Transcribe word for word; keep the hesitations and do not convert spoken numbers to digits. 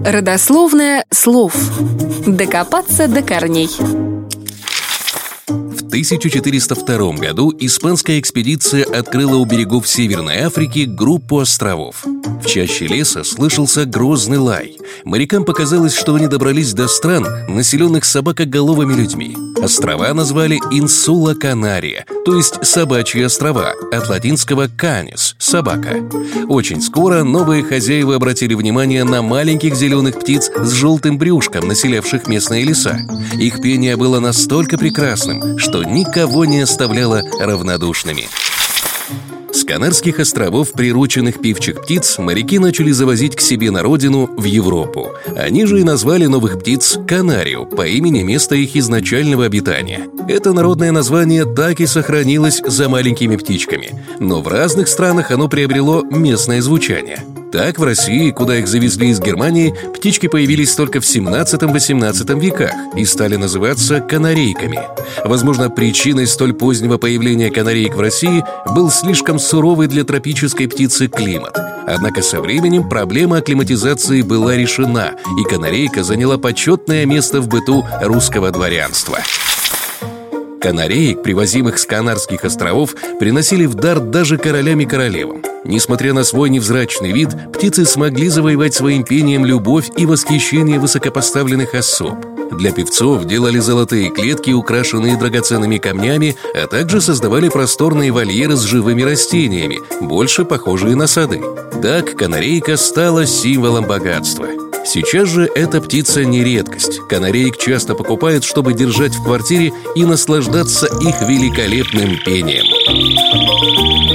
Родословное слов. Докопаться до корней. В тысяча четыреста втором году испанская экспедиция открыла у берегов Северной Африки группу островов. В чаще леса слышался грозный лай. Морякам показалось, что они добрались до стран, населенных собакоголовыми людьми. Острова назвали Инсула Канария, то есть собачьи острова, от латинского «canis» – собака. Очень скоро новые хозяева обратили внимание на маленьких зеленых птиц с желтым брюшком, населявших местные леса. Их пение было настолько прекрасным, что никого не оставляло равнодушными. С Канарских островов прирученных певчих птиц моряки начали завозить к себе на родину, в Европу. Они же и назвали новых птиц Канарио по имени места их изначального обитания. Это народное название так и сохранилось за маленькими птичками, но в разных странах оно приобрело местное звучание. Так, в России, куда их завезли из Германии, птички появились только в семнадцатом-восемнадцатом веках и стали называться канарейками. Возможно, причиной столь позднего появления канареек в России был слишком суровый для тропической птицы климат. Однако со временем проблема акклиматизации была решена, и канарейка заняла почетное место в быту русского дворянства. Канареек, привозимых с Канарских островов, приносили в дар даже королям и королевам. Несмотря на свой невзрачный вид, птицы смогли завоевать своим пением любовь и восхищение высокопоставленных особ. Для певцов делали золотые клетки, украшенные драгоценными камнями, а также создавали просторные вольеры с живыми растениями, больше похожие на сады. Так канарейка стала символом богатства. Сейчас же эта птица не редкость. Канареек часто покупают, чтобы держать в квартире и наслаждаться их великолепным пением.